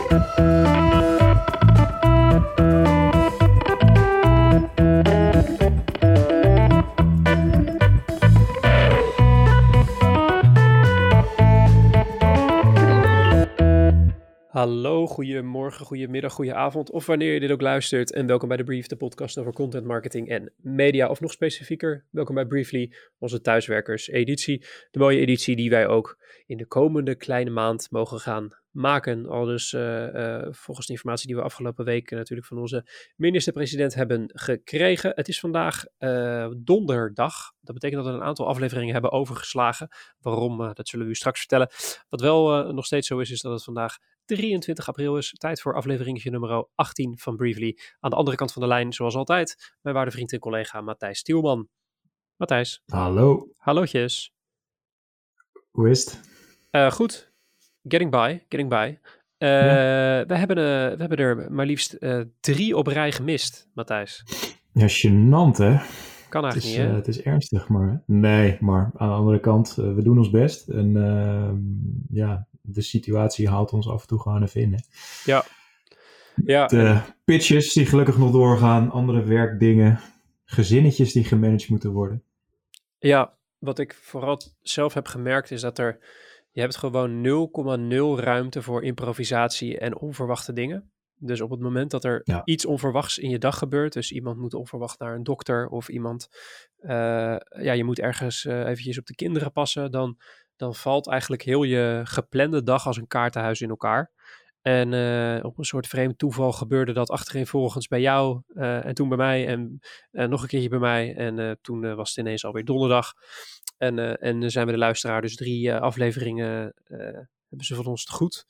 Hallo, goedemorgen, goedemiddag, goedenavond of wanneer je dit ook luistert en welkom bij The Brief, de podcast over content marketing en media of nog specifieker, welkom bij Briefly, onze thuiswerkers editie, de mooie editie die wij ook in de komende kleine maand mogen gaan maken, al dus volgens de informatie die we afgelopen week natuurlijk van onze minister-president hebben gekregen. Het is vandaag donderdag, dat betekent dat we een aantal afleveringen hebben overgeslagen, waarom, dat zullen we u straks vertellen. Wat wel nog steeds zo is dat het vandaag 23 april is, tijd voor afleveringetje nummer 18 van Briefly. Aan de andere kant van de lijn, zoals altijd, mijn waarde vriend en collega Matthijs Tielman. Matthijs. Hallo. Hallootjes. Hoe is het? Goed. Getting by. Ja. We hebben er maar liefst 3 op rij gemist, Matthijs. Ja, gênant hè? Kan eigenlijk niet, hè? Het is ernstig, maar nee, maar aan de andere kant, we doen ons best. En de situatie haalt ons af en toe gewoon even in. Hè? Ja. De pitches die gelukkig nog doorgaan, andere werkdingen, gezinnetjes die gemanaged moeten worden. Ja, wat ik vooral zelf heb gemerkt is dat je hebt gewoon 0,0 ruimte voor improvisatie en onverwachte dingen. Dus op het moment dat er iets onverwachts in je dag gebeurt, dus iemand moet onverwacht naar een dokter of iemand, je moet ergens eventjes op de kinderen passen, dan valt eigenlijk heel je geplande dag als een kaartenhuis in elkaar. En op een soort vreemd toeval gebeurde dat achtereenvolgens bij jou en toen bij mij en nog een keertje bij mij. En toen was het ineens alweer donderdag. En zijn we de luisteraar dus 3 afleveringen hebben ze van ons te goed.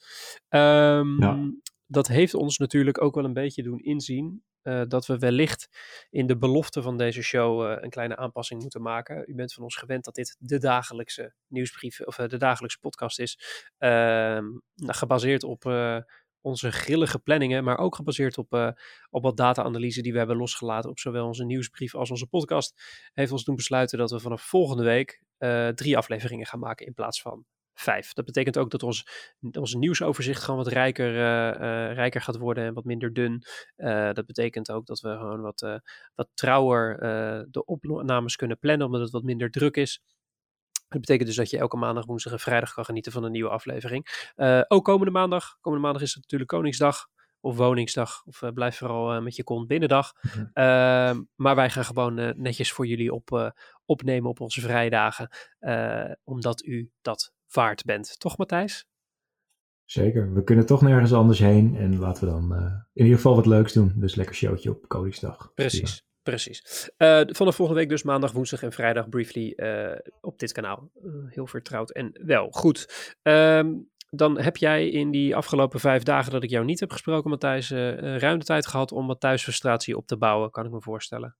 Dat heeft ons natuurlijk ook wel een beetje doen inzien dat we wellicht in de belofte van deze show een kleine aanpassing moeten maken. U bent van ons gewend dat dit de dagelijkse nieuwsbrief of de dagelijkse podcast is. Gebaseerd op onze grillige planningen, maar ook gebaseerd op wat data-analyse die we hebben losgelaten op zowel onze nieuwsbrief als onze podcast. Heeft ons doen besluiten dat we vanaf volgende week 3 afleveringen gaan maken in plaats van 5. Dat betekent ook dat ons nieuwsoverzicht gewoon wat rijker gaat worden en wat minder dun. Dat betekent ook dat we gewoon wat trouwer de opnames kunnen plannen, omdat het wat minder druk is. Dat betekent dus dat je elke maandag, woensdag en vrijdag kan genieten van een nieuwe aflevering. Ook komende maandag. Komende maandag is het natuurlijk Koningsdag of Woningsdag. Of blijf vooral met je kont binnendag. Maar wij gaan gewoon netjes voor jullie opnemen op onze vrijdagen. Omdat u dat waard bent. Toch, Matthijs? Zeker. We kunnen toch nergens anders heen. En laten we dan in ieder geval wat leuks doen. Dus lekker showtje op Koningsdag. Precies. Vanaf volgende week dus maandag, woensdag en vrijdag Briefly op dit kanaal. Heel vertrouwd en wel. Goed. Dan heb jij in die afgelopen 5 dagen dat ik jou niet heb gesproken, Matthijs, ruim de tijd gehad om wat thuisfrustratie op te bouwen, kan ik me voorstellen.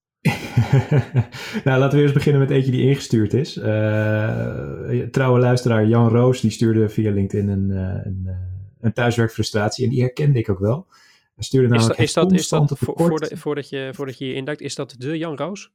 Nou, laten we eerst beginnen met eentje die ingestuurd is. Trouwe luisteraar Jan Roos, die stuurde via LinkedIn een thuiswerkfrustratie en die herkende ik ook wel. Hij stuurde namelijk voordat je je induikt, is dat de Jan Roos?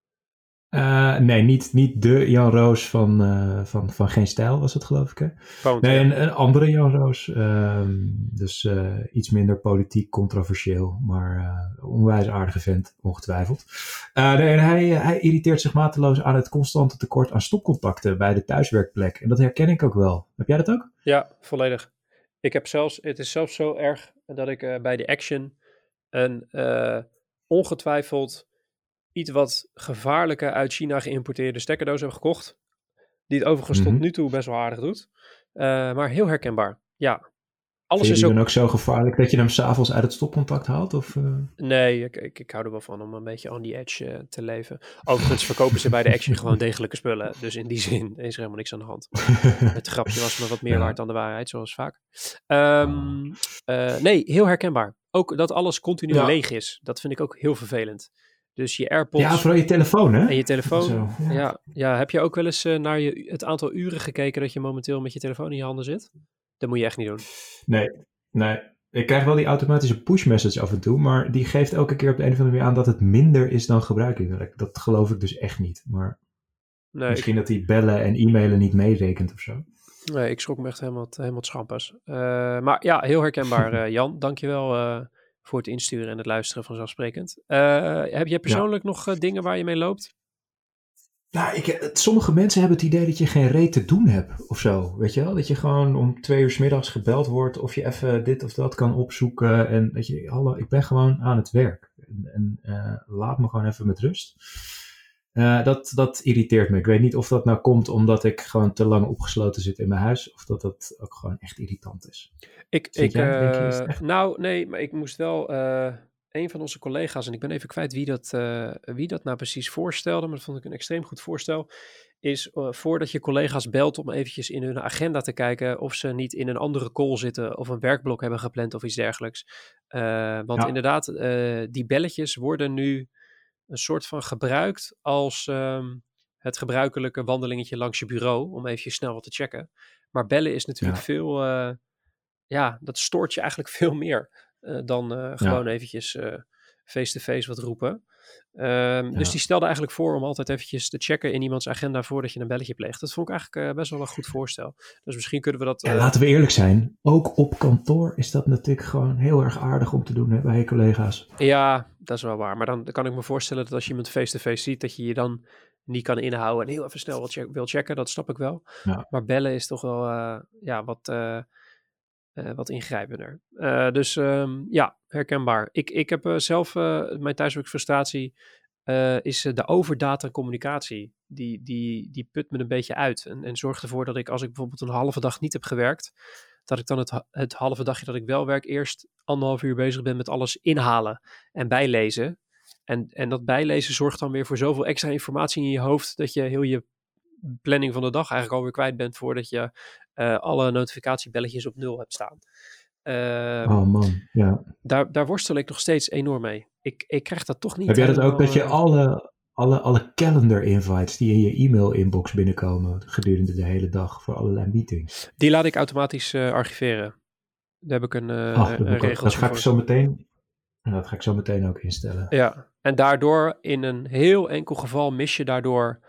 Nee, niet de Jan Roos van Geen Stijl was het, geloof ik. Hè? Nee, een andere Jan Roos. Dus iets minder politiek controversieel, maar onwijs aardige vent, ongetwijfeld. En hij irriteert zich mateloos aan het constante tekort aan stopcontacten bij de thuiswerkplek. En dat herken ik ook wel. Heb jij dat ook? Ja, volledig. Het is zelfs zo erg dat ik bij de Action een ongetwijfeld iets wat gevaarlijke uit China geïmporteerde stekkerdoos heb gekocht. Die het overigens tot nu toe best wel aardig doet. Maar heel herkenbaar. Ja. Alles is dan ook zo gevaarlijk dat je hem 's avonds uit het stopcontact haalt? Of? Nee, ik hou er wel van om een beetje on the edge te leven. Overigens verkopen ze bij de Action gewoon degelijke spullen. Dus in die zin is er helemaal niks aan de hand. Het grapje was me wat meer waard dan de waarheid, zoals vaak. Nee, heel herkenbaar. Ook dat alles continu leeg is. Dat vind ik ook heel vervelend. Dus je AirPods... Ja, vooral je telefoon, hè? En je telefoon. Zo, ja. Heb je ook wel eens naar het aantal uren gekeken dat je momenteel met je telefoon in je handen zit? Dat moet je echt niet doen. Nee. Ik krijg wel die automatische push message af en toe, maar die geeft elke keer op de een of andere manier aan dat het minder is dan gebruiking. Dat geloof ik dus echt niet. Maar misschien dat die bellen en e-mailen niet meerekent of zo. Nee, ik schrok me echt helemaal het schampers. Maar ja, heel herkenbaar, Jan. Dankjewel voor het insturen en het luisteren vanzelfsprekend. Heb jij persoonlijk nog dingen waar je mee loopt? Nou, sommige mensen hebben het idee dat je geen reet te doen hebt of zo, weet je wel? Dat je gewoon om 2 uur 's middags gebeld wordt of je even dit of dat kan opzoeken en dat je, hallo, ik ben gewoon aan het werk en laat me gewoon even met rust. Dat irriteert me. Ik weet niet of dat nou komt omdat ik gewoon te lang opgesloten zit in mijn huis of dat dat ook gewoon echt irritant is. Denk je, is het echt? Nou, nee, maar ik moest wel... een van onze collega's, en ik ben even kwijt wie dat nou precies voorstelde, maar dat vond ik een extreem goed voorstel, is voordat je collega's belt om eventjes in hun agenda te kijken of ze niet in een andere call zitten of een werkblok hebben gepland of iets dergelijks. Want inderdaad, die belletjes worden nu een soort van gebruikt als het gebruikelijke wandelingetje langs je bureau om even snel wat te checken. Maar bellen is natuurlijk veel, dat stoort je eigenlijk veel meer dan gewoon eventjes face-to-face wat roepen. Dus die stelde eigenlijk voor om altijd eventjes te checken in iemands agenda voordat je een belletje pleegt. Dat vond ik eigenlijk best wel een goed voorstel. Dus misschien kunnen we dat... Ja, laten we eerlijk zijn. Ook op kantoor is dat natuurlijk gewoon heel erg aardig om te doen hè, bij je collega's. Ja, dat is wel waar. Maar dan kan ik me voorstellen dat als je iemand face-to-face ziet, dat je je dan niet kan inhouden en heel even snel wil checken. Dat snap ik wel. Ja. Maar bellen is toch wel wat ingrijpender. Dus herkenbaar. Ik heb zelf mijn thuiswerkfrustratie is de overdata communicatie. Die put me een beetje uit. En zorgt ervoor dat ik, als ik bijvoorbeeld een halve dag niet heb gewerkt, dat ik dan het halve dagje dat ik wel werk eerst 1,5 uur bezig ben met alles inhalen en bijlezen. En dat bijlezen zorgt dan weer voor zoveel extra informatie in je hoofd dat je heel je planning van de dag eigenlijk alweer kwijt bent voordat je alle notificatiebelletjes op 0 hebt staan. Oh man, ja. Daar worstel ik nog steeds enorm mee. Ik krijg dat toch niet. Heb jij dat ook, dat je alle calendar invites die in je e-mail inbox binnenkomen gedurende de hele dag voor allerlei meetings? Die laat ik automatisch archiveren. Daar heb ik een regel dat ga ik zo meteen ook instellen. Ja, en daardoor in een heel enkel geval mis je daardoor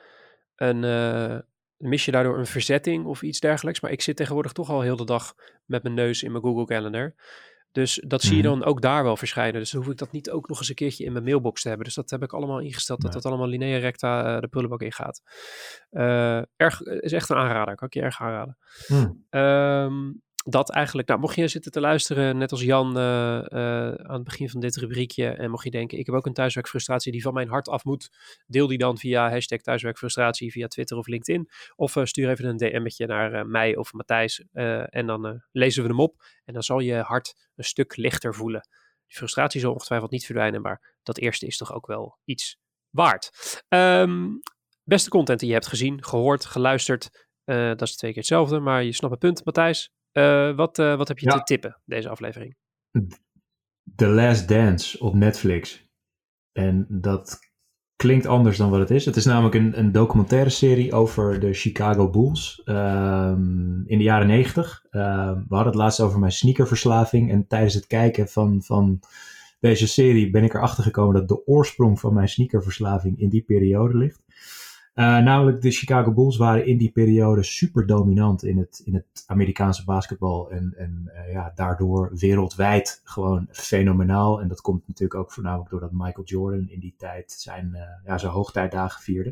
een verzetting of iets dergelijks. Maar ik zit tegenwoordig toch al heel de dag met mijn neus in mijn Google Calendar. Dus dat zie je dan ook daar wel verschijnen. Dus dan hoef ik dat niet ook nog eens een keertje in mijn mailbox te hebben. Dus dat heb ik allemaal ingesteld, dat allemaal linea recta de prullenbak ingaat. Is echt een aanrader, kan ik je erg aanraden. Dat eigenlijk, nou, mocht je zitten te luisteren, net als Jan aan het begin van dit rubriekje, en mocht je denken, ik heb ook een thuiswerkfrustratie die van mijn hart af moet, deel die dan via #thuiswerkfrustratie via Twitter of LinkedIn, of stuur even een DM'tje naar mij of Matthijs, en dan lezen we hem op, en dan zal je hart een stuk lichter voelen. Die frustratie zal ongetwijfeld niet verdwijnen, maar dat eerste is toch ook wel iets waard. Beste content die je hebt gezien, gehoord, geluisterd, dat is 2 keer hetzelfde, maar je snapt het punt, Matthijs. Wat heb je te tippen, deze aflevering? The Last Dance op Netflix. En dat klinkt anders dan wat het is. Het is namelijk een documentaire serie over de Chicago Bulls in de jaren 90. We hadden het laatst over mijn sneakerverslaving. En tijdens het kijken van deze serie ben ik erachter gekomen dat de oorsprong van mijn sneakerverslaving in die periode ligt. Namelijk de Chicago Bulls waren in die periode super dominant in het Amerikaanse basketbal. En daardoor wereldwijd gewoon fenomenaal. En dat komt natuurlijk ook voornamelijk doordat Michael Jordan in die tijd zijn hoogtijdagen vierde.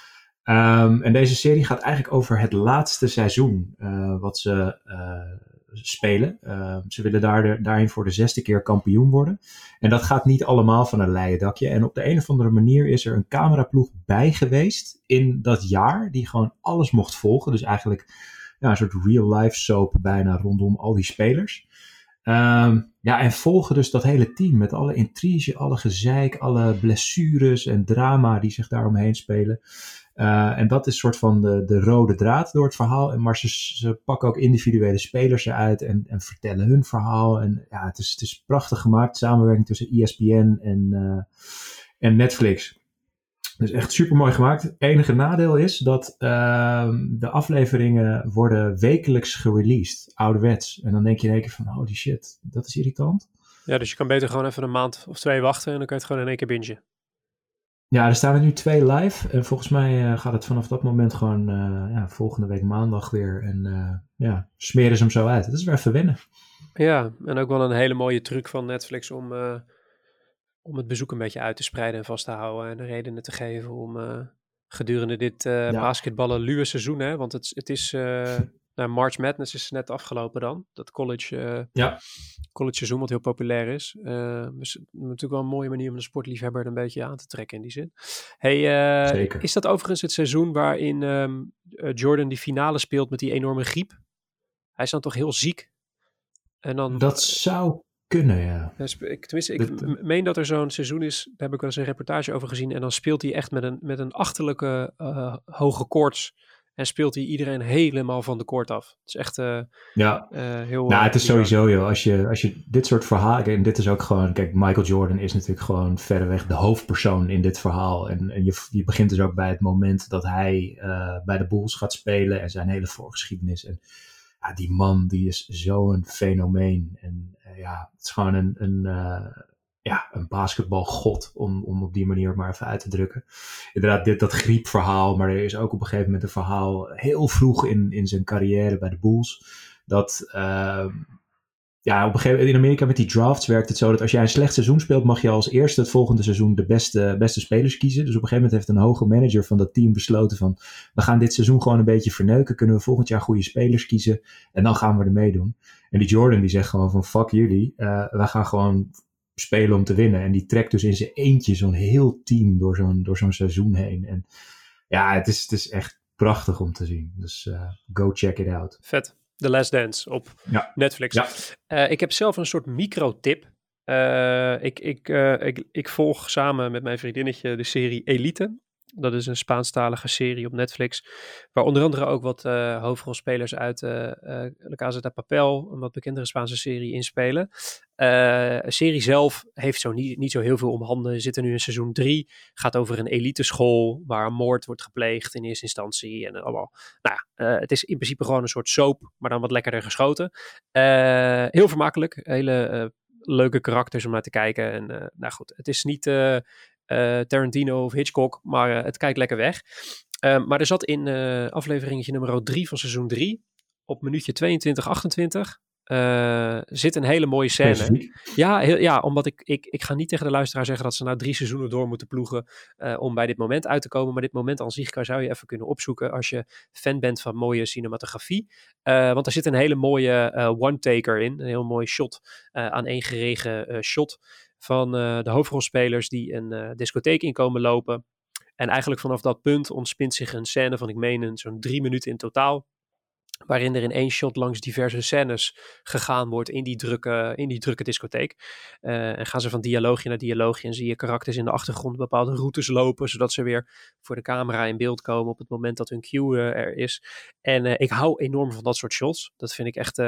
En deze serie gaat eigenlijk over het laatste seizoen wat ze spelen. Ze willen daarin voor de 6e keer kampioen worden. En dat gaat niet allemaal van een leien dakje. En op de een of andere manier is er een cameraploeg bij geweest in dat jaar die gewoon alles mocht volgen. Dus eigenlijk een soort real-life soap bijna rondom al die spelers. En volgen dus dat hele team met alle intrige, alle gezeik, alle blessures en drama die zich daaromheen spelen. En dat is soort van de rode draad door het verhaal. Maar ze pakken ook individuele spelers eruit en vertellen hun verhaal. En ja, het is prachtig gemaakt. Samenwerking tussen ESPN en Netflix. Dus echt super mooi gemaakt. Het enige nadeel is dat de afleveringen worden wekelijks gereleased. Ouderwets. En dan denk je in één keer van, holy shit, dat is irritant. Ja, dus je kan beter gewoon even een maand of 2 wachten en dan kan je het gewoon in één keer bingen. Ja, er staan er nu 2 live. En volgens mij gaat het vanaf dat moment gewoon volgende week maandag weer. En smeren ze hem zo uit. Dat is weer even wennen. Ja, en ook wel een hele mooie truc van Netflix om het bezoek een beetje uit te spreiden en vast te houden. En de redenen te geven om gedurende dit basketballen luwe seizoen. Hè? Want het is March Madness is net afgelopen dan. Dat college seizoen wat heel populair is. Dus natuurlijk wel een mooie manier om de sportliefhebber er een beetje aan te trekken in die zin. Hey, Zeker. Is dat overigens het seizoen waarin Jordan die finale speelt met die enorme griep? Hij is dan toch heel ziek? En dan, dat zou kunnen, ja. Ik meen dat er zo'n seizoen is, daar heb ik wel eens een reportage over gezien. En dan speelt hij echt met een achterlijke hoge koorts. En speelt hij iedereen helemaal van de koord af. Het is echt heel... het is sowieso, joh. Als je dit soort verhalen... En dit is ook gewoon... Kijk, Michael Jordan is natuurlijk gewoon verreweg de hoofdpersoon in dit verhaal. En je begint dus ook bij het moment dat hij bij de Bulls gaat spelen. En zijn hele voorgeschiedenis. En die man, die is zo'n fenomeen. En het is gewoon een basketbalgod, om op die manier maar even uit te drukken. Inderdaad, dat griepverhaal, maar er is ook op een gegeven moment een verhaal heel vroeg in zijn carrière bij de Bulls. Dat op een gegeven moment in Amerika met die drafts werkt het zo dat als jij een slecht seizoen speelt, mag je als eerste het volgende seizoen de beste spelers kiezen. Dus op een gegeven moment heeft een hoge manager van dat team besloten van, we gaan dit seizoen gewoon een beetje verneuken. Kunnen we volgend jaar goede spelers kiezen en dan gaan we er meedoen. En die Jordan die zegt gewoon van, fuck jullie, wij gaan gewoon spelen om te winnen. En die trekt dus in zijn eentje zo'n heel team door zo'n seizoen heen. En het is echt prachtig om te zien. Dus go check it out. Vet. The Last Dance op Netflix. Ja. Ik heb zelf een soort micro-tip. Ik volg samen met mijn vriendinnetje de serie Elite. Dat is een Spaanstalige serie op Netflix. Waar onder andere ook wat hoofdrolspelers uit La Casa de Papel, een wat bekendere Spaanse serie, inspelen. De serie zelf heeft niet zo heel veel om handen. We zitten nu in seizoen 3. Gaat over een eliteschool waar een moord wordt gepleegd in eerste instantie. En allemaal. Het is in principe gewoon een soort soap, maar dan wat lekkerder geschoten. Heel vermakelijk. Hele leuke karakters om naar te kijken. En goed, het is niet Tarantino of Hitchcock, maar het kijkt lekker weg. Maar er zat in afleveringetje nummer 3 van seizoen 3 op minuutje 22:28 zit een hele mooie scène. Ja, omdat ik ga niet tegen de luisteraar zeggen dat ze nou 3 seizoenen door moeten ploegen om bij dit moment uit te komen. Maar dit moment aan zich zou je even kunnen opzoeken als je fan bent van mooie cinematografie. Want er zit een hele mooie one-taker in. Een heel mooi shot, aaneengeregen shot van de hoofdrolspelers die een discotheek inkomen lopen. En eigenlijk vanaf dat punt ontspint zich een scène van, ik meen, zo'n 3 minuten in totaal. Waarin er in 1 shot langs diverse scènes gegaan wordt in die drukke discotheek. En gaan ze van dialoogje naar dialoogje en zie je karakters in de achtergrond bepaalde routes lopen, zodat ze weer voor de camera in beeld komen op het moment dat hun cue er is. En ik hou enorm van dat soort shots. Dat vind ik echt,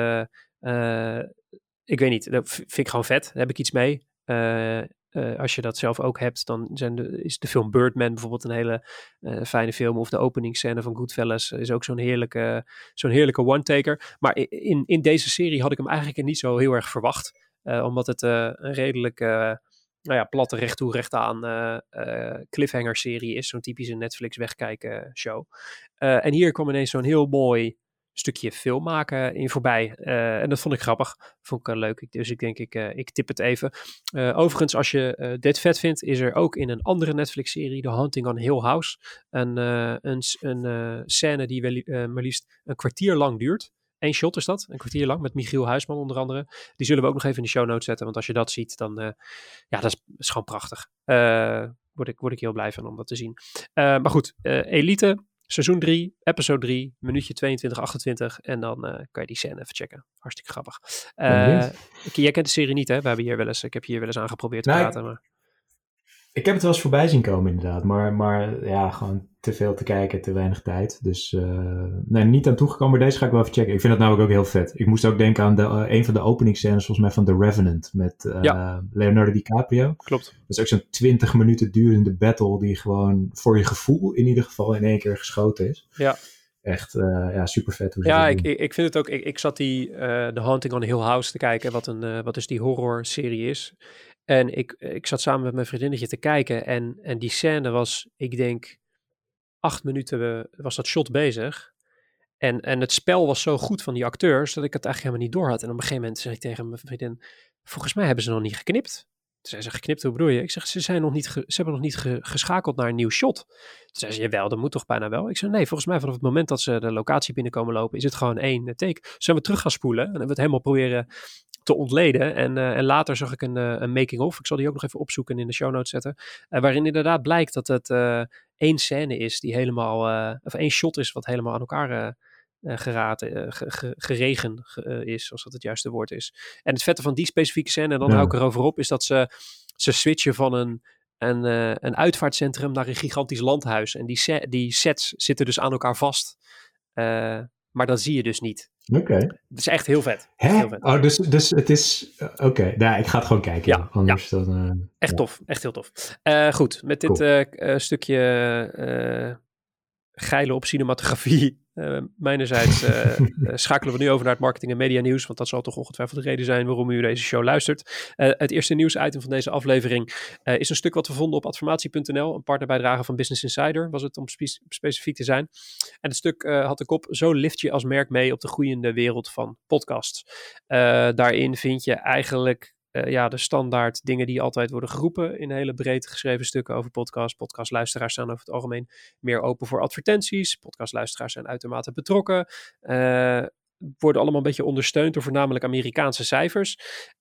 ik weet niet, dat vind ik gewoon vet. Daar heb ik iets mee. Als je dat zelf ook hebt, dan is de film Birdman bijvoorbeeld een hele fijne film. Of de openingsscène van Goodfellas is ook zo'n heerlijke one-taker. Maar in deze serie had ik hem eigenlijk niet zo heel erg verwacht. Omdat het een redelijk platte recht toe recht aan cliffhanger serie is. Zo'n typische Netflix wegkijken show. En hier kwam ineens zo'n heel mooi stukje film maken in voorbij. En dat vond ik grappig. Vond ik leuk. Dus ik denk, ik tip het even. Overigens, als je dit vet vindt, is er ook in een andere Netflix-serie, The Haunting on Hill House, een scène die maar liefst een kwartier lang duurt. 1 shot is dat, een kwartier lang, met Michiel Huisman onder andere. Die zullen we ook nog even in de show notes zetten, want als je dat ziet, dan dat is gewoon prachtig. Word ik heel blij van om dat te zien. Maar goed, Elite, seizoen 3, episode 3, minuutje 22:28. En dan kan je die scène even checken. Hartstikke grappig. Jij kent de serie niet, hè? Ik heb hier wel eens aan geprobeerd te praten. Maar... Ik heb het wel eens voorbij zien komen, inderdaad. Maar gewoon te veel te kijken, te weinig tijd. Dus niet aan toegekomen. Maar deze ga ik wel even checken. Ik vind dat namelijk ook heel vet. Ik moest ook denken aan een van de openingsscènes, volgens mij van The Revenant. Met Leonardo DiCaprio. Klopt. Dat is ook zo'n 20 minuten durende battle die gewoon voor je gevoel in ieder geval in 1 keer geschoten is. Ja. Echt super vet hoe ze dat doen. Ik vind het ook... Ik zat The Haunting on Hill House te kijken, wat dus die horror serie is. En ik zat samen met mijn vriendinnetje te kijken en die scène was, ik denk, 8 minuten was dat shot bezig. En het spel was zo goed van die acteurs dat ik het eigenlijk helemaal niet door had. En op een gegeven moment zeg ik tegen mijn vriendin, volgens mij hebben ze nog niet geknipt. Toen zei ze, geknipt, hoe bedoel je? Ik zeg, ze hebben nog niet geschakeld naar een nieuw shot. Toen zei ze, jawel, dat moet toch bijna wel? Ik zeg, nee, volgens mij vanaf het moment dat ze de locatie binnenkomen lopen, is het gewoon 1 take. Zijn we terug gaan spoelen en hebben we het helemaal proberen te ontleden. En later zag ik een making-of. Ik zal die ook nog even opzoeken en in de show notes zetten. Waarin inderdaad blijkt dat het 1 scène is die helemaal, of 1 shot is wat helemaal aan elkaar geregen is, als dat het juiste woord is. En het vette van die specifieke scène, en dan hou ik erover op, is dat ze switchen van een uitvaartcentrum naar een gigantisch landhuis. En die sets zitten dus aan elkaar vast. Maar dat zie je dus niet. Oké. Het is echt heel vet. Hè? Heel vet. Oh, dus het is... Oké, nou, ik ga het gewoon kijken. Ja, anders ja. dan... Echt tof. Echt heel tof. Goed, met dit stukje geile op cinematografie. Mijnerzijds schakelen we nu over naar het marketing en media nieuws, want dat zal toch ongetwijfeld de reden zijn waarom u deze show luistert. Het eerste nieuwsitem van deze aflevering is een stuk wat we vonden op adformatie.nl, een partnerbijdrage van Business Insider, was het om specifiek te zijn. En het stuk had de kop, zo lift je als merk mee op de groeiende wereld van podcasts. Daarin vind je eigenlijk de standaard dingen die altijd worden geroepen in hele breed geschreven stukken over podcasts. Podcastluisteraars staan over het algemeen meer open voor advertenties. Podcastluisteraars zijn uitermate betrokken. Worden allemaal een beetje ondersteund door voornamelijk Amerikaanse cijfers.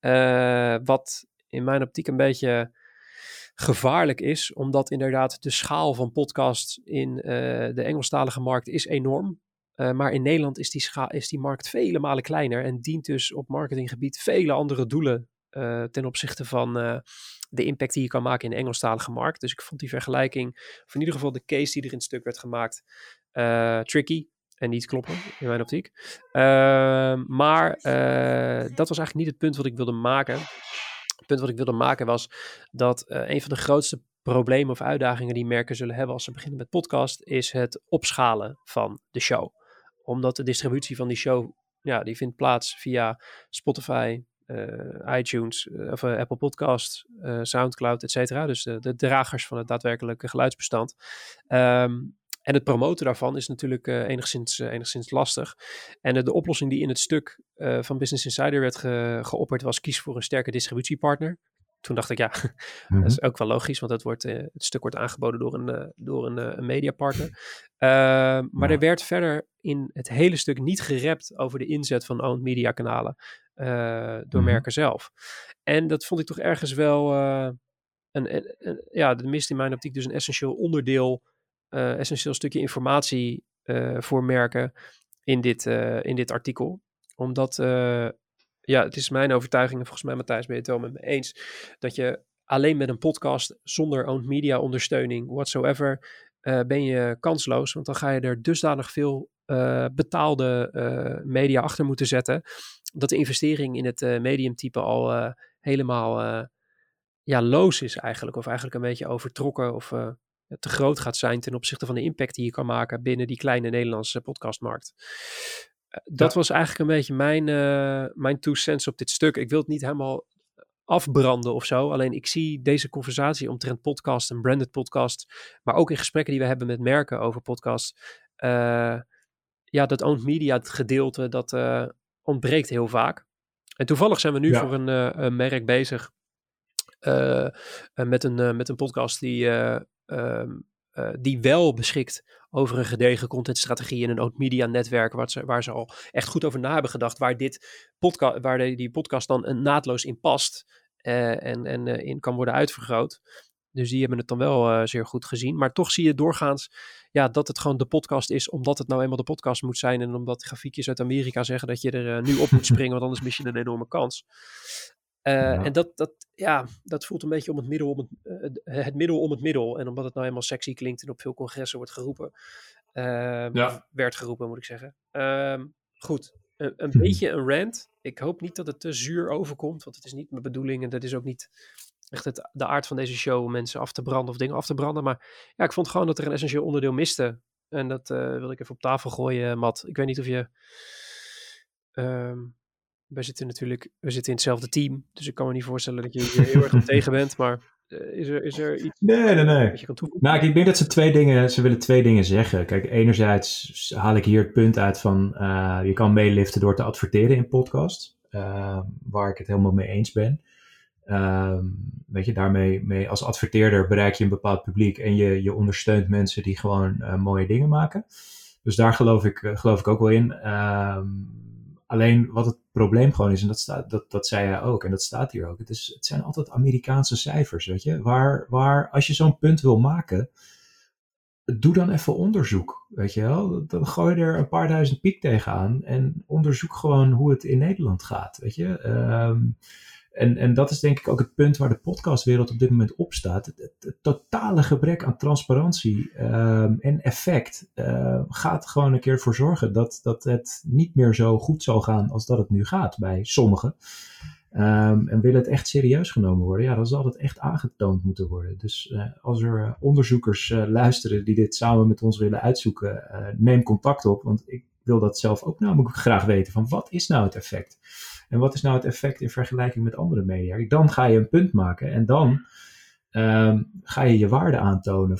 Wat in mijn optiek een beetje gevaarlijk is, omdat inderdaad de schaal van podcasts in de Engelstalige markt is enorm. Maar in Nederland is die markt vele malen kleiner en dient dus op marketinggebied vele andere doelen ten opzichte van de impact die je kan maken in de Engelstalige markt. Dus ik vond die vergelijking, of in ieder geval de case die er in het stuk werd gemaakt, tricky en niet kloppen in mijn optiek. Maar dat was eigenlijk niet het punt wat ik wilde maken. Het punt wat ik wilde maken was dat een van de grootste problemen of uitdagingen die merken zullen hebben als ze beginnen met podcast, is het opschalen van de show. Omdat de distributie van die show, die vindt plaats via Spotify, iTunes, of Apple Podcasts, Soundcloud, et cetera. Dus de dragers van het daadwerkelijke geluidsbestand. En het promoten daarvan is natuurlijk enigszins lastig. En de oplossing die in het stuk van Business Insider werd geopperd was, kies voor een sterke distributiepartner. Toen dacht ik, dat is ook wel logisch, want het stuk wordt aangeboden door een mediapartner. Maar er werd verder in het hele stuk niet gerept over de inzet van owned media kanalen door merken zelf. En dat vond ik toch ergens wel de mist in mijn optiek dus een essentieel onderdeel, essentieel stukje informatie voor merken in dit artikel. Omdat het is mijn overtuiging, en volgens mij, Matthijs, ben je het wel met me eens, dat je alleen met een podcast zonder owned media ondersteuning whatsoever ben je kansloos. Want dan ga je er dusdanig veel betaalde media achter moeten zetten, dat de investering in het mediumtype al helemaal loos is eigenlijk. Of eigenlijk een beetje overtrokken of te groot gaat zijn ten opzichte van de impact die je kan maken binnen die kleine Nederlandse podcastmarkt. Dat was eigenlijk een beetje mijn two cents op dit stuk. Ik wil het niet helemaal afbranden of zo. Alleen ik zie deze conversatie omtrent podcast en branded podcast, maar ook in gesprekken die we hebben met merken over podcast, dat owned media gedeelte, dat ontbreekt heel vaak. En toevallig zijn we nu voor een merk bezig met een podcast die wel beschikt over een gedegen contentstrategie en een owned media netwerk waar ze al echt goed over na hebben gedacht, waar die podcast dan naadloos in past en in kan worden uitvergroot. Dus die hebben het dan wel zeer goed gezien. Maar toch zie je doorgaans dat het gewoon de podcast is, omdat het nou eenmaal de podcast moet zijn en omdat grafiekjes uit Amerika zeggen dat je er nu op moet springen, want anders mis je een enorme kans. En dat voelt een beetje om het middel om het middel. En omdat het nou helemaal sexy klinkt en op veel congressen wordt geroepen. Werd geroepen, moet ik zeggen. Goed, een beetje een rant. Ik hoop niet dat het te zuur overkomt, want het is niet mijn bedoeling. En dat is ook niet echt de aard van deze show om mensen af te branden of dingen af te branden. Maar ik vond gewoon dat er een essentieel onderdeel miste. En dat wil ik even op tafel gooien, Matt. Ik weet niet of je we zitten in hetzelfde team. Dus ik kan me niet voorstellen dat je hier heel erg op tegen bent. Maar is er iets Nee. wat je kan toevoegen? Nou, ik denk dat ze willen twee dingen zeggen. Kijk, enerzijds haal ik hier het punt uit van je kan meeliften door te adverteren in podcast. Waar ik het helemaal mee eens ben. Weet je, daarmee als adverteerder bereik je een bepaald publiek en je ondersteunt mensen die gewoon mooie dingen maken. Dus daar geloof ik ook wel in. Alleen wat het probleem gewoon is, en dat zei jij ook, en dat staat hier ook. Het zijn altijd Amerikaanse cijfers, weet je. Waar als je zo'n punt wil maken, doe dan even onderzoek, weet je wel. Dan gooi je er een paar duizend piek tegenaan en onderzoek gewoon hoe het in Nederland gaat, weet je. En dat is denk ik ook het punt waar de podcastwereld op dit moment op staat. Het totale gebrek aan transparantie en effect gaat gewoon een keer ervoor zorgen dat het niet meer zo goed zal gaan als dat het nu gaat bij sommigen. En wil het echt serieus genomen worden, ja, dan zal het echt aangetoond moeten worden. Dus als er onderzoekers luisteren die dit samen met ons willen uitzoeken, neem contact op, want ik wil dat zelf ook namelijk graag weten van wat is nou het effect? En wat is nou het effect in vergelijking met andere media? Dan ga je een punt maken en dan ga je je waarde aantonen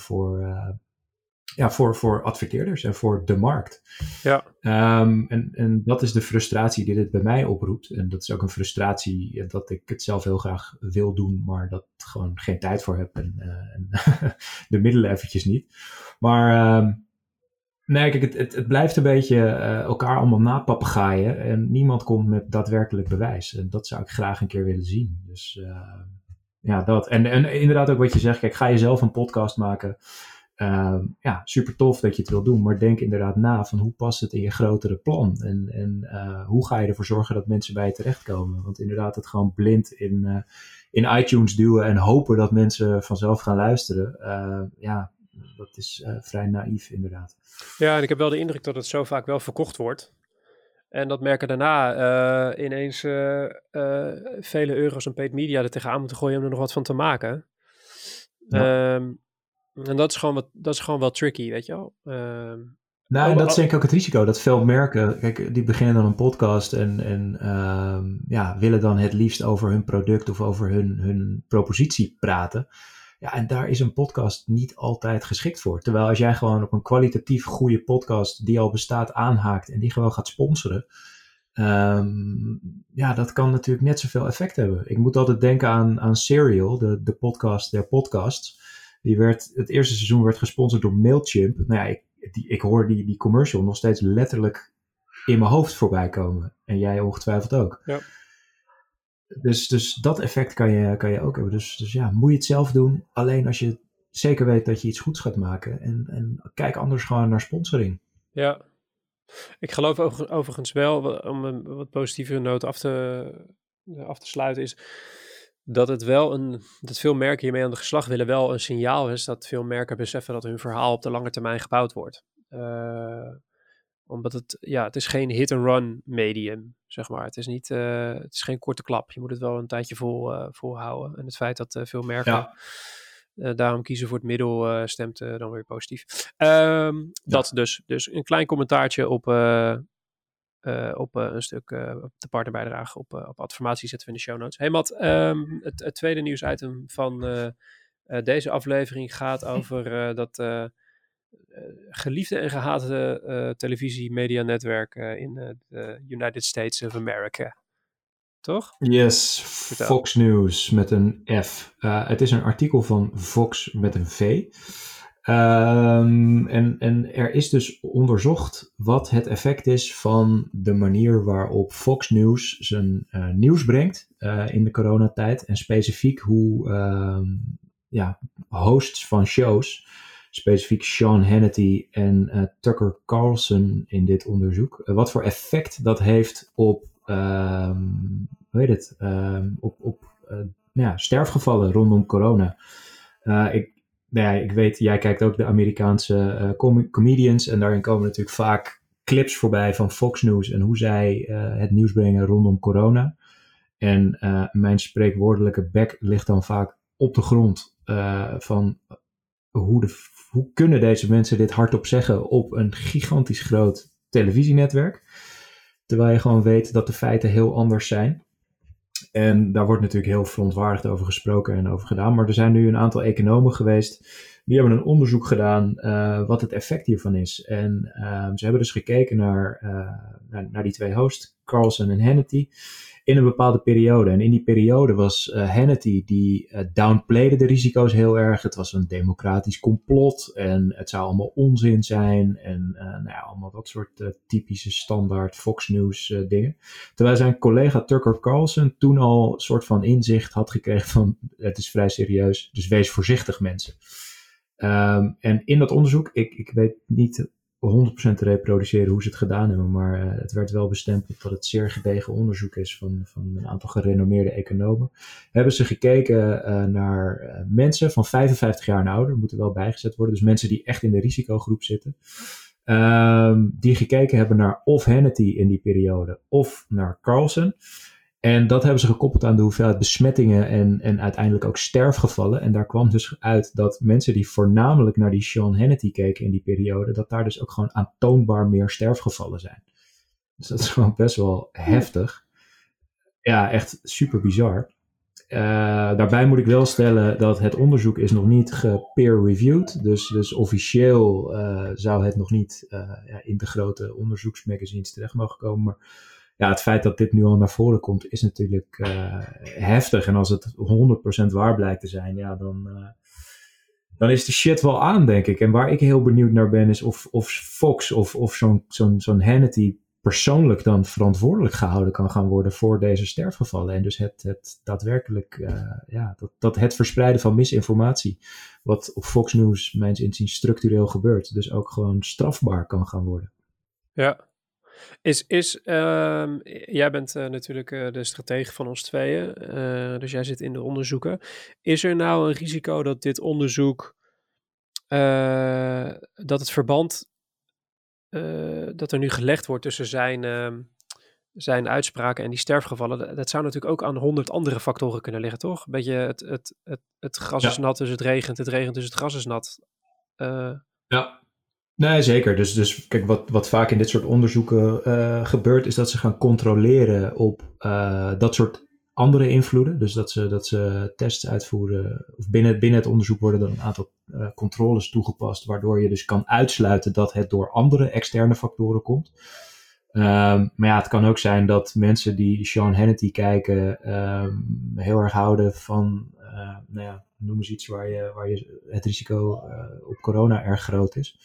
voor adverteerders en voor de markt. Ja. En dat is de frustratie die dit bij mij oproept. En dat is ook een frustratie dat ik het zelf heel graag wil doen, maar dat gewoon geen tijd voor heb en de middelen eventjes niet. Maar nee, kijk, het blijft een beetje elkaar allemaal napapegaaien en niemand komt met daadwerkelijk bewijs. En dat zou ik graag een keer willen zien. Dus ja, dat. En inderdaad ook wat je zegt, kijk, ga je zelf een podcast maken. Ja, super tof dat je het wil doen, maar denk inderdaad na van hoe past het in je grotere plan en hoe ga je ervoor zorgen dat mensen bij je terechtkomen. Want inderdaad het gewoon blind in iTunes duwen en hopen dat mensen vanzelf gaan luisteren, ja, dat is vrij naïef inderdaad. Ja, en ik heb wel de indruk dat het zo vaak wel verkocht wordt. En dat merken daarna ineens vele euro's aan paid media er tegenaan moeten gooien om er nog wat van te maken. Ja. En dat is gewoon wel tricky, weet je wel. Nou, en dat is denk ik ook het risico, dat veel merken, kijk, die beginnen dan een podcast en ja, willen dan het liefst over hun product of over hun propositie praten. Ja, en daar is een podcast niet altijd geschikt voor. Terwijl als jij gewoon op een kwalitatief goede podcast die al bestaat aanhaakt en die gewoon gaat sponsoren, ja, dat kan natuurlijk net zoveel effect hebben. Ik moet altijd denken aan Serial, de podcast der podcasts. Het eerste seizoen werd gesponsord door Mailchimp. Nou ja, ik hoor die commercial nog steeds letterlijk in mijn hoofd voorbij komen. En jij ongetwijfeld ook. Ja. Dus dat effect kan je ook hebben. Dus ja, moet je het zelf doen. Alleen als je zeker weet dat je iets goeds gaat maken. En kijk anders gewoon naar sponsoring. Ja. Ik geloof overigens wel, om een wat positievere noot af te sluiten, is dat dat veel merken hiermee aan de slag willen wel een signaal is dat veel merken beseffen dat hun verhaal op de lange termijn gebouwd wordt. Omdat het is geen hit-and-run medium, zeg maar. Het is geen korte klap. Je moet het wel een tijdje volhouden. En het feit dat veel merken daarom kiezen voor het middel stemt dan weer positief. Dat dus. Dus een klein commentaartje op een stuk op de partnerbijdrage op Adformatie zetten we in de show notes. Hey Matt, het tweede nieuwsitem van deze aflevering gaat over dat geliefde en gehate televisie-media-netwerk in de United States of America. Toch? Yes, vertel. Fox News met een F. Het is een artikel van Fox met een V. En er is dus onderzocht wat het effect is van de manier waarop Fox News zijn nieuws brengt in de coronatijd. En specifiek hoe hosts van shows, specifiek Sean Hannity en Tucker Carlson in dit onderzoek, wat voor effect dat heeft op sterfgevallen rondom corona. Ik weet, jij kijkt ook de Amerikaanse comedians en daarin komen natuurlijk vaak clips voorbij van Fox News en hoe zij het nieuws brengen rondom corona. En mijn spreekwoordelijke bek ligt dan vaak op de grond van hoe kunnen deze mensen dit hardop zeggen op een gigantisch groot televisienetwerk. terwijl je gewoon weet dat de feiten heel anders zijn. En daar wordt natuurlijk heel verontwaardigd over gesproken en over gedaan. Maar er zijn nu een aantal economen geweest. Die hebben een onderzoek gedaan wat het effect hiervan is. En ze hebben dus gekeken naar die twee hosts, Carlson en Hannity, in een bepaalde periode. En in die periode was Hannity, die downplayde de risico's heel erg. Het was een democratisch complot en het zou allemaal onzin zijn. En allemaal dat soort typische standaard Fox News dingen. Terwijl zijn collega Tucker Carlson toen al een soort van inzicht had gekregen van het is vrij serieus, dus wees voorzichtig mensen. En in dat onderzoek, ik weet niet 100% te reproduceren hoe ze het gedaan hebben, maar het werd wel bestempeld dat het zeer gedegen onderzoek is van een aantal gerenommeerde economen. Hebben ze gekeken naar mensen van 55 jaar en ouder, moeten wel bijgezet worden, dus mensen die echt in de risicogroep zitten. Die gekeken hebben naar of Hannity in die periode of naar Carlson. En dat hebben ze gekoppeld aan de hoeveelheid besmettingen en uiteindelijk ook sterfgevallen. En daar kwam dus uit dat mensen die voornamelijk naar die Sean Hannity keken in die periode, dat daar dus ook gewoon aantoonbaar meer sterfgevallen zijn. Dus dat is gewoon best wel heftig. Ja, echt super bizar. Daarbij moet ik wel stellen dat het onderzoek is nog niet gepeer-reviewed. Dus officieel zou het nog niet in de grote onderzoeksmagazines terecht mogen komen. Maar ja, het feit dat dit nu al naar voren komt is natuurlijk heftig. En als het 100% waar blijkt te zijn, ja, dan is de shit wel aan, denk ik. En waar ik heel benieuwd naar ben is of Fox of zo'n Hannity persoonlijk dan verantwoordelijk gehouden kan gaan worden voor deze sterfgevallen. En dus het daadwerkelijk, dat het verspreiden van misinformatie, wat op Fox News mijns inziens structureel gebeurt, dus ook gewoon strafbaar kan gaan worden. Ja. Jij bent natuurlijk de stratege van ons tweeën, dus jij zit in de onderzoeken. Is er nou een risico dat dit onderzoek, dat het verband dat er nu gelegd wordt tussen zijn uitspraken en die sterfgevallen, dat zou natuurlijk ook aan 100 andere factoren kunnen liggen, toch? Een beetje het gras is nat, dus het regent dus het gras is nat. Ja. Nee, zeker. Dus kijk, wat vaak in dit soort onderzoeken gebeurt, is dat ze gaan controleren op dat soort andere invloeden. Dus dat ze tests uitvoeren, of binnen het onderzoek worden er een aantal controles toegepast, waardoor je dus kan uitsluiten dat het door andere externe factoren komt. Maar ja, het kan ook zijn dat mensen die Sean Hannity kijken heel erg houden van, noem eens iets waar je het risico op corona erg groot is.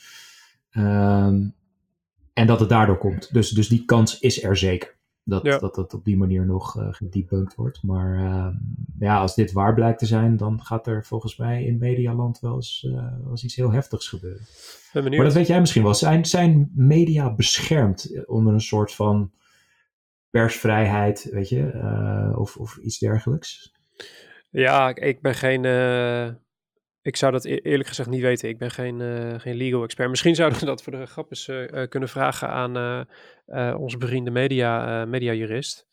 En dat het daardoor komt. Dus die kans is er zeker. Dat op die manier nog gedebunked wordt. Maar als dit waar blijkt te zijn, dan gaat er volgens mij in medialand wel eens iets heel heftigs gebeuren. Maar dat weet jij misschien wel. Zijn media beschermd onder een soort van persvrijheid, weet je? Of iets dergelijks? Ja, ik ben geen... Ik zou dat eerlijk gezegd niet weten. Ik ben geen legal expert. Misschien zouden we dat voor de grap eens kunnen vragen aan onze bevriende mediajurist.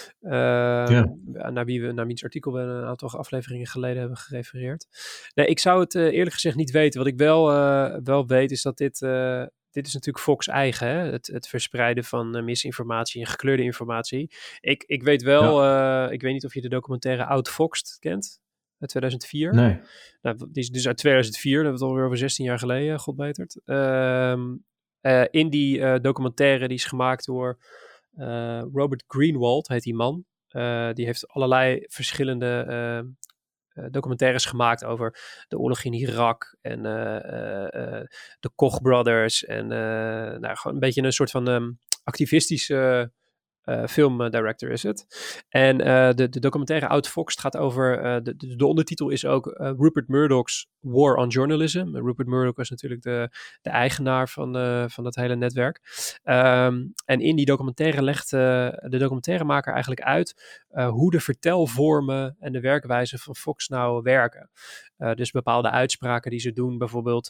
Naar wiens artikel we een aantal afleveringen geleden hebben gerefereerd. Nee, ik zou het eerlijk gezegd niet weten. Wat ik wel weet is dat dit is natuurlijk Fox eigen. Hè? Het verspreiden van misinformatie en gekleurde informatie. Ik weet wel, ik weet niet of je de documentaire Outfoxed kent. Uit 2004. Nee. Nou, die is dus uit 2004, dat hebben we het alweer over 16 jaar geleden, God betert. In die documentaire, die is gemaakt door Robert Greenwald, heet die man. Die heeft allerlei verschillende documentaires gemaakt over de oorlog in Irak en de Koch Brothers. En gewoon een beetje een soort van activistische filmdirector is het. En de documentaire Outfoxed gaat over... de ondertitel is ook Rupert Murdoch's War on Journalism. Rupert Murdoch was natuurlijk de eigenaar van dat hele netwerk. En in die documentaire legt de documentairemaker eigenlijk uit hoe de vertelvormen en de werkwijze van Fox nou werken. Dus bepaalde uitspraken die ze doen, bijvoorbeeld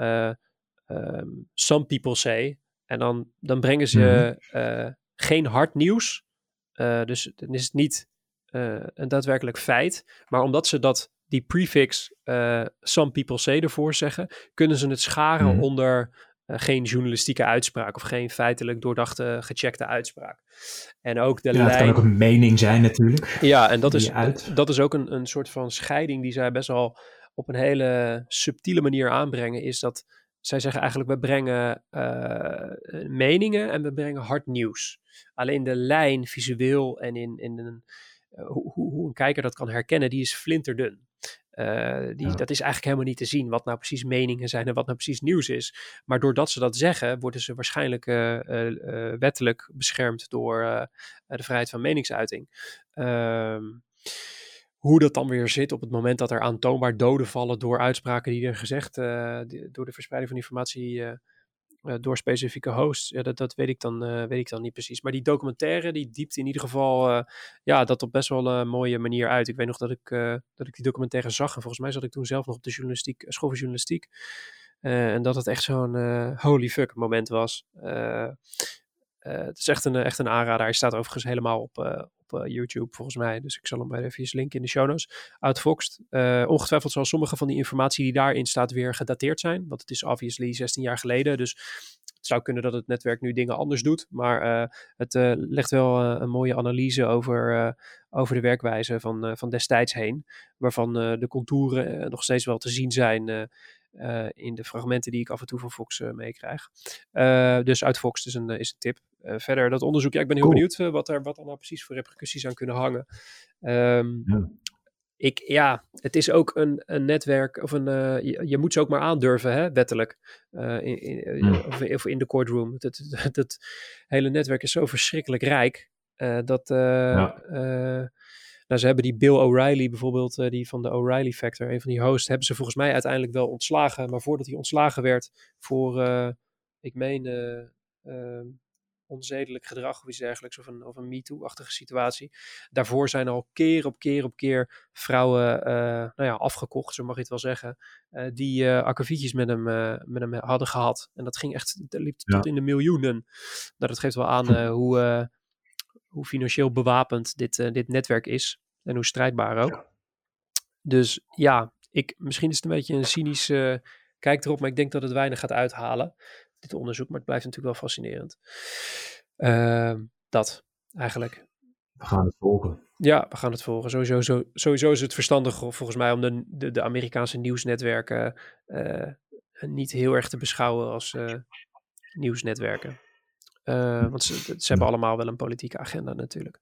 some people say. En dan brengen ze... geen hard nieuws, dus dan is het niet een daadwerkelijk feit, maar omdat ze die prefix some people say ervoor zeggen, kunnen ze het scharen onder geen journalistieke uitspraak of geen feitelijk doordachte, gecheckte uitspraak. En ook de lijn... Het kan ook een mening zijn natuurlijk. Ja, en dat is ook een soort van scheiding die zij best wel op een hele subtiele manier aanbrengen, is dat zij zeggen eigenlijk, we brengen meningen en we brengen hard nieuws. Alleen de lijn visueel en in hoe een kijker dat kan herkennen, die is flinterdun. Dat is eigenlijk helemaal niet te zien wat nou precies meningen zijn en wat nou precies nieuws is. Maar doordat ze dat zeggen, worden ze waarschijnlijk wettelijk beschermd door de vrijheid van meningsuiting. Hoe dat dan weer zit op het moment dat er aantoonbaar doden vallen door uitspraken die er gezegd, door de verspreiding van informatie door specifieke hosts, ja, dat weet ik dan niet precies. Maar die documentaire, die diept in ieder geval dat op best wel een mooie manier uit. Ik weet nog dat ik die documentaire zag en volgens mij zat ik toen zelf nog op de school van journalistiek. En dat het echt zo'n holy fuck moment was. Het is echt een aanrader. Hij staat overigens helemaal op YouTube volgens mij. Dus ik zal hem even linken in de show notes. Outfoxed. Ongetwijfeld zal sommige van die informatie die daarin staat weer gedateerd zijn. Want het is obviously 16 jaar geleden. Dus het zou kunnen dat het netwerk nu dingen anders doet. Maar het legt wel een mooie analyse over de werkwijze van destijds heen. Waarvan de contouren nog steeds wel te zien zijn in de fragmenten die ik af en toe van Fox meekrijg. Dus uit Fox is een tip. Verder dat onderzoek, ik ben heel benieuwd wat er nou precies voor repercussies aan kunnen hangen. Het is ook een netwerk, of je moet ze ook maar aandurven, hè, wettelijk. Of in de courtroom. Dat hele netwerk is zo verschrikkelijk rijk. Ze hebben die Bill O'Reilly bijvoorbeeld, die van de O'Reilly Factor, een van die hosts, hebben ze volgens mij uiteindelijk wel ontslagen. Maar voordat hij ontslagen werd voor, ik meen, onzedelijk gedrag of iets dergelijks, of een MeToo-achtige situatie. Daarvoor zijn al keer op keer vrouwen afgekocht, zo mag je het wel zeggen, die akkefietjes met hem hadden gehad. En dat ging echt, dat liep tot in de miljoenen. Nou, dat geeft wel aan hoe financieel bewapend dit netwerk is. En hoe strijdbaar ook. Ja. Dus ja, misschien is het een beetje een cynisch kijk erop, maar ik denk dat het weinig gaat uithalen, dit onderzoek. Maar het blijft natuurlijk wel fascinerend. Dat, eigenlijk. We gaan het volgen. Ja, we gaan het volgen. Sowieso is het verstandig volgens mij om de Amerikaanse nieuwsnetwerken niet heel erg te beschouwen als nieuwsnetwerken. Want ze hebben allemaal wel een politieke agenda natuurlijk.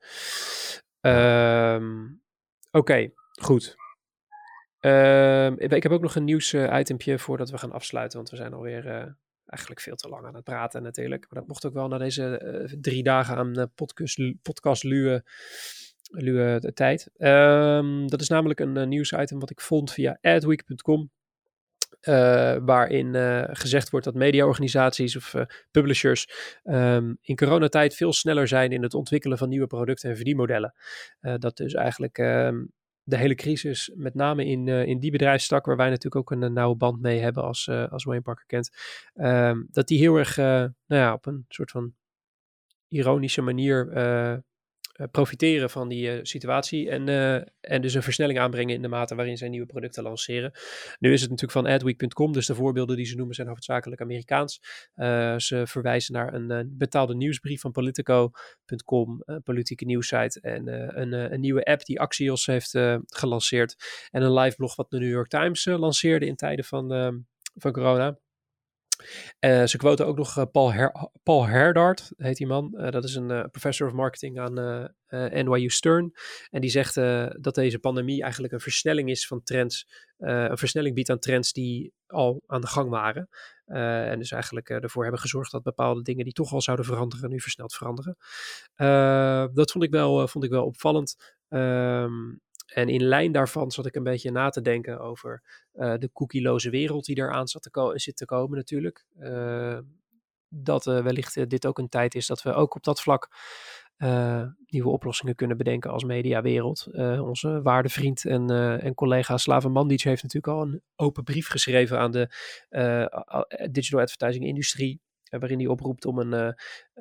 Oké, goed. Ik heb ook nog een nieuws-itempje voordat we gaan afsluiten. Want we zijn alweer eigenlijk veel te lang aan het praten natuurlijk. Maar dat mocht ook wel na deze 3 dagen aan podcast luwe tijd. Dat is namelijk een nieuwsitem wat ik vond via adweek.com. Waarin gezegd wordt dat mediaorganisaties of publishers in coronatijd veel sneller zijn in het ontwikkelen van nieuwe producten en verdienmodellen. Dat dus eigenlijk de hele crisis, met name in die bedrijfstak, waar wij natuurlijk ook een nauwe band mee hebben als Wayne Parker kent, dat die heel erg op een soort van ironische manier profiteren van die situatie en dus een versnelling aanbrengen in de mate waarin zij nieuwe producten lanceren. Nu is het natuurlijk van adweek.com, dus de voorbeelden die ze noemen zijn hoofdzakelijk Amerikaans. Ze verwijzen naar een betaalde nieuwsbrief van Politico.com, politieke nieuwssite, en een nieuwe app die Axios heeft gelanceerd en een live blog wat de New York Times lanceerde in tijden van corona. Ze quoten ook nog Paul Herdart, heet die man. Dat is een professor of marketing aan NYU Stern. En die zegt dat deze pandemie eigenlijk een versnelling is van trends. Een versnelling biedt aan trends die al aan de gang waren. En dus eigenlijk ervoor hebben gezorgd dat bepaalde dingen die toch al zouden veranderen, nu versneld veranderen. Dat vond ik wel opvallend. En in lijn daarvan zat ik een beetje na te denken over de cookieloze wereld die eraan zit te komen natuurlijk. Dat wellicht dit ook een tijd is dat we ook op dat vlak nieuwe oplossingen kunnen bedenken als mediawereld. Onze waarde vriend en collega Slaven Mandic heeft natuurlijk al een open brief geschreven aan de digital advertising industrie, waarin hij oproept om een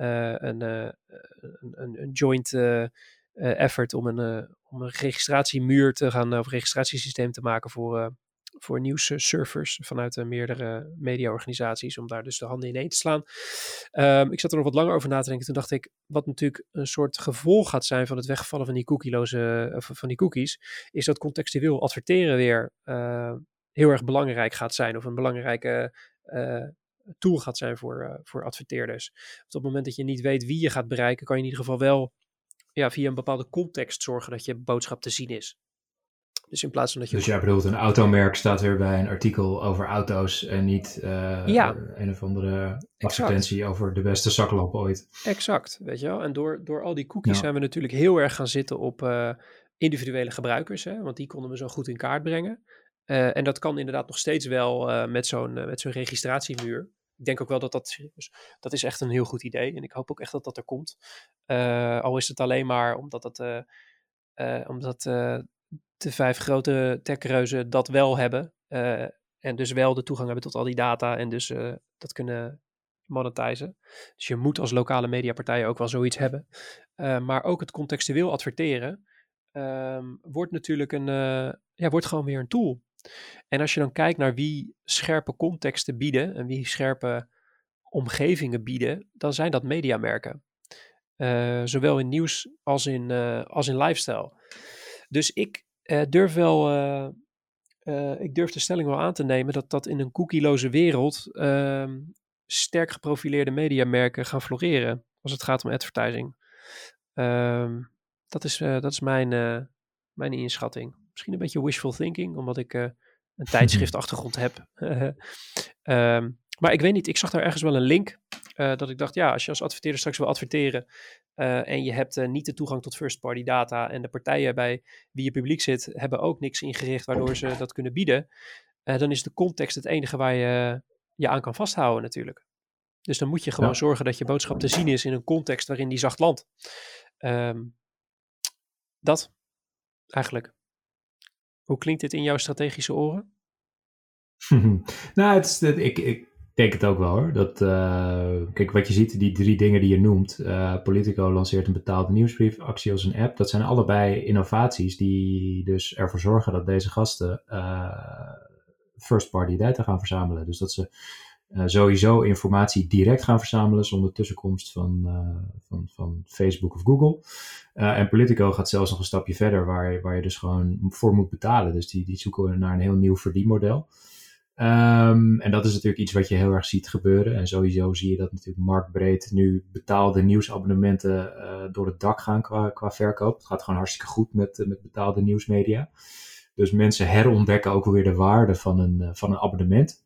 joint effort om een registratiemuur te gaan, of registratiesysteem te maken voor nieuwssurfers vanuit meerdere mediaorganisaties, om daar dus de handen ineen te slaan. Ik zat er nog wat langer over na te denken. Toen dacht ik, wat natuurlijk een soort gevolg gaat zijn van het wegvallen van die van die cookies, is dat contextueel adverteren weer heel erg belangrijk gaat zijn, of een belangrijke tool gaat zijn voor adverteerders. Op het moment dat je niet weet wie je gaat bereiken, kan je in ieder geval wel via een bepaalde context zorgen dat je boodschap te zien is. Dus in plaats van dat je... Dus jij bedoelt, een automerk staat weer bij een artikel over auto's en niet een of andere advertentie over de beste zaklamp ooit. Exact, weet je wel. En door al die cookies zijn we natuurlijk heel erg gaan zitten op individuele gebruikers, hè, want die konden we zo goed in kaart brengen. En dat kan inderdaad nog steeds wel met zo'n registratiemuur. Ik denk ook wel dat is echt een heel goed idee. En ik hoop ook echt dat dat er komt. Al is het alleen maar omdat de 5 grote techreuzen dat wel hebben. En dus wel de toegang hebben tot al die data. En dus dat kunnen monetizen. Dus je moet als lokale mediapartijen ook wel zoiets hebben. Maar ook het contextueel adverteren wordt natuurlijk wordt gewoon weer een tool. En als je dan kijkt naar wie scherpe contexten bieden en wie scherpe omgevingen bieden, dan zijn dat mediamerken. Zowel in nieuws als in lifestyle. Dus ik durf de stelling wel aan te nemen dat in een cookieloze wereld sterk geprofileerde mediamerken gaan floreren als het gaat om advertising. Dat is mijn inschatting. Misschien een beetje wishful thinking, omdat ik een tijdschriftachtergrond heb. Maar ik weet niet, ik zag daar ergens wel een link. Dat ik dacht, als je als adverteerder straks wil adverteren en je hebt niet de toegang tot first-party data en de partijen bij wie je publiek zit hebben ook niks ingericht waardoor ze dat kunnen bieden, dan is de context het enige waar je je aan kan vasthouden natuurlijk. Dus dan moet je gewoon zorgen dat je boodschap te zien is in een context waarin die zacht landt. Dat eigenlijk. Hoe klinkt dit in jouw strategische oren? Nou, ik denk het ook wel hoor. Kijk, wat je ziet, die 3 dingen die je noemt. Politico lanceert een betaalde nieuwsbrief, Axios een app. Dat zijn allebei innovaties die dus ervoor zorgen dat deze gasten first-party data gaan verzamelen. Dus dat ze sowieso informatie direct gaan verzamelen zonder tussenkomst van Facebook of Google. En Politico gaat zelfs nog een stapje verder waar je dus gewoon voor moet betalen. Dus die zoeken naar een heel nieuw verdienmodel. En dat is natuurlijk iets wat je heel erg ziet gebeuren. En sowieso zie je dat natuurlijk marktbreed nu betaalde nieuwsabonnementen door het dak gaan qua verkoop. Het gaat gewoon hartstikke goed met betaalde nieuwsmedia. Dus mensen herontdekken ook weer de waarde van een abonnement.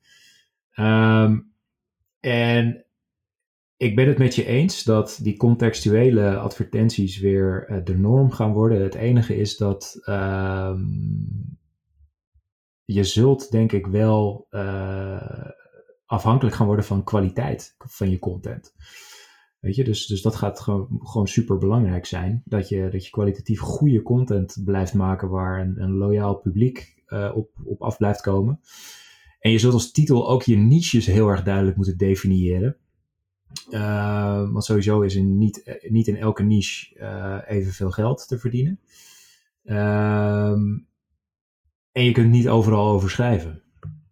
En ik ben het met je eens dat die contextuele advertenties weer de norm gaan worden. Het enige is dat je zult denk ik wel afhankelijk gaan worden van kwaliteit van je content. Weet je, dus dat gaat gewoon super belangrijk zijn. Dat je kwalitatief goede content blijft maken waar een loyaal publiek op af blijft komen. En je zult als titel ook je niches heel erg duidelijk moeten definiëren. Want sowieso is niet in elke niche evenveel geld te verdienen. En je kunt niet overal over schrijven.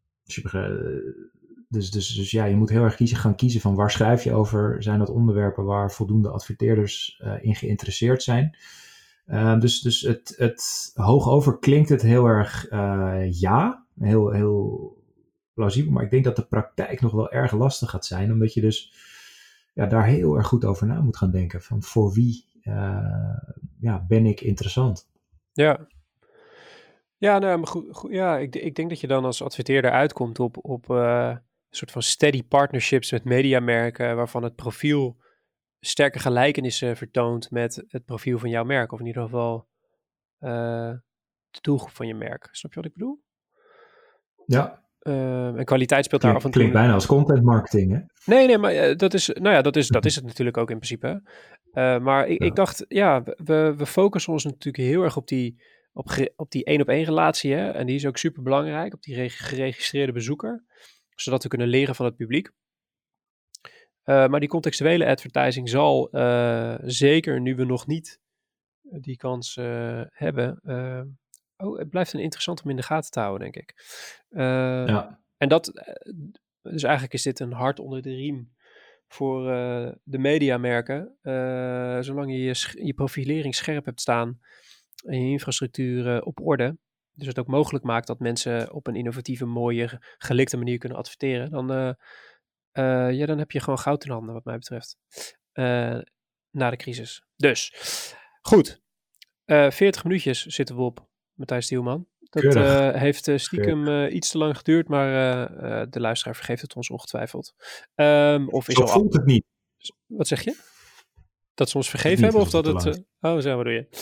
Dus je moet heel erg gaan kiezen van waar schrijf je over. Zijn dat onderwerpen waar voldoende adverteerders in geïnteresseerd zijn? Dus het hoogover klinkt het heel erg heel, heel plausibel. Maar ik denk dat de praktijk nog wel erg lastig gaat zijn. Omdat je dus daar heel erg goed over na moet gaan denken. Van voor wie ben ik interessant? Ja. Ja, nou, maar goed, ik denk dat je dan als adverteerder uitkomt op een soort van steady partnerships met mediamerken waarvan het profiel sterke gelijkenissen vertoont met het profiel van jouw merk. Of in ieder geval de doelgroep van je merk. Snap je wat ik bedoel? Ja. En kwaliteit speelt daar af en toe... Klinkt bijna als content marketing, hè? Nee, maar dat is het natuurlijk ook in principe. Maar ik dacht, we focussen ons natuurlijk heel erg op die 1-op-1 relatie. Hè? En die is ook super belangrijk, op die geregistreerde bezoeker. Zodat we kunnen leren van het publiek. Maar die contextuele advertising zal zeker nu we nog niet die kans hebben, het blijft een interessant om in de gaten te houden, denk ik. Ja. En dus eigenlijk is dit een hart onder de riem voor de mediamerken. Zolang je je profilering scherp hebt staan en je infrastructuur op orde, dus het ook mogelijk maakt dat mensen op een innovatieve, mooie, gelikte manier kunnen adverteren, dan heb je gewoon goud in handen, wat mij betreft. Na de crisis. Dus, goed. 40 minuutjes zitten we op, Matthijs Stielman. Dat heeft stiekem iets te lang geduurd, maar de luisteraar vergeeft het ons ongetwijfeld. Zo voelt het niet. Wat zeg je? Dat ze ons vergeven hebben of dat het... zo bedoel je.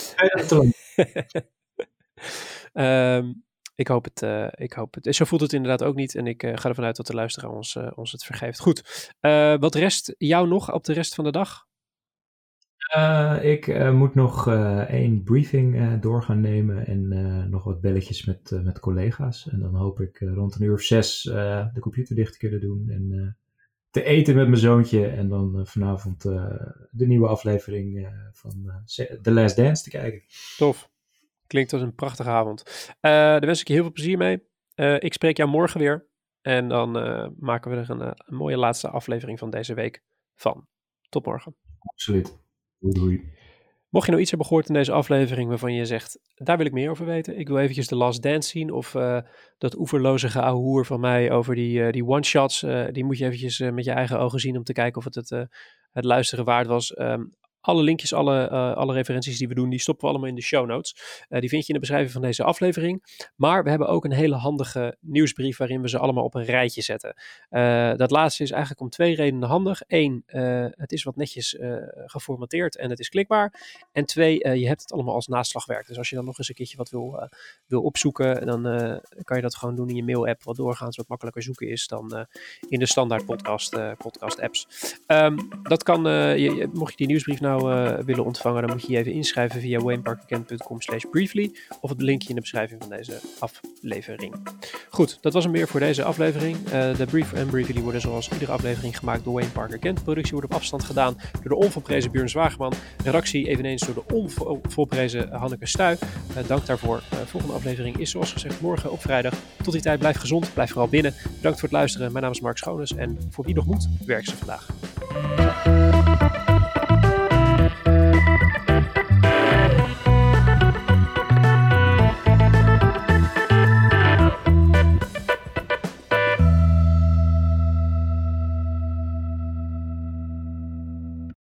Ik hoop het. Zo voelt het inderdaad ook niet. En ik ga ervan uit dat de luisteraar ons het vergeeft. Goed. Wat rest jou nog op de rest van de dag? Ik moet nog 1 briefing door gaan nemen en nog wat belletjes met collega's. En dan hoop ik rond 1:06 de computer dicht te kunnen doen en te eten met mijn zoontje. En dan vanavond de nieuwe aflevering van The Last Dance te kijken. Tof. Klinkt als een prachtige avond. Daar wens ik je heel veel plezier mee. Ik spreek jou morgen weer. En dan maken we er een mooie laatste aflevering van deze week van. Tot morgen. Absoluut. Doei. Mocht je nou iets hebben gehoord in deze aflevering waarvan je zegt, daar wil ik meer over weten. Ik wil eventjes The Last Dance zien of dat oeverloze geouwehoer van mij over die one-shots. Die moet je eventjes met je eigen ogen zien om te kijken of het luisteren waard was. Alle linkjes, alle referenties die we doen, die stoppen we allemaal in de show notes. Die vind je in de beschrijving van deze aflevering. Maar we hebben ook een hele handige nieuwsbrief waarin we ze allemaal op een rijtje zetten. Dat laatste is eigenlijk om 2 redenen handig. 1, het is wat netjes geformateerd en het is klikbaar. En 2, je hebt het allemaal als naslagwerk. Dus als je dan nog eens een keertje wat wil opzoeken, dan kan je dat gewoon doen in je mail-app, wat doorgaans wat makkelijker zoeken is dan in de standaard podcast-apps. Dat kan, mocht je die nieuwsbrief willen ontvangen, dan moet je je even inschrijven via wayneparkerkent.com/briefly of het linkje in de beschrijving van deze aflevering. Goed, dat was hem weer voor deze aflevering. De Brief en Briefly worden zoals iedere aflevering gemaakt door Wayne Parker Kent. Productie wordt op afstand gedaan door de onvolprezen Björn Zwageman. Redactie eveneens door de onvolprezen Hanneke Stuy. Dank daarvoor. Volgende aflevering is zoals gezegd morgen op vrijdag. Tot die tijd blijf gezond, blijf vooral binnen. Bedankt voor het luisteren. Mijn naam is Mark Schoones en voor wie nog moet, werk ze vandaag.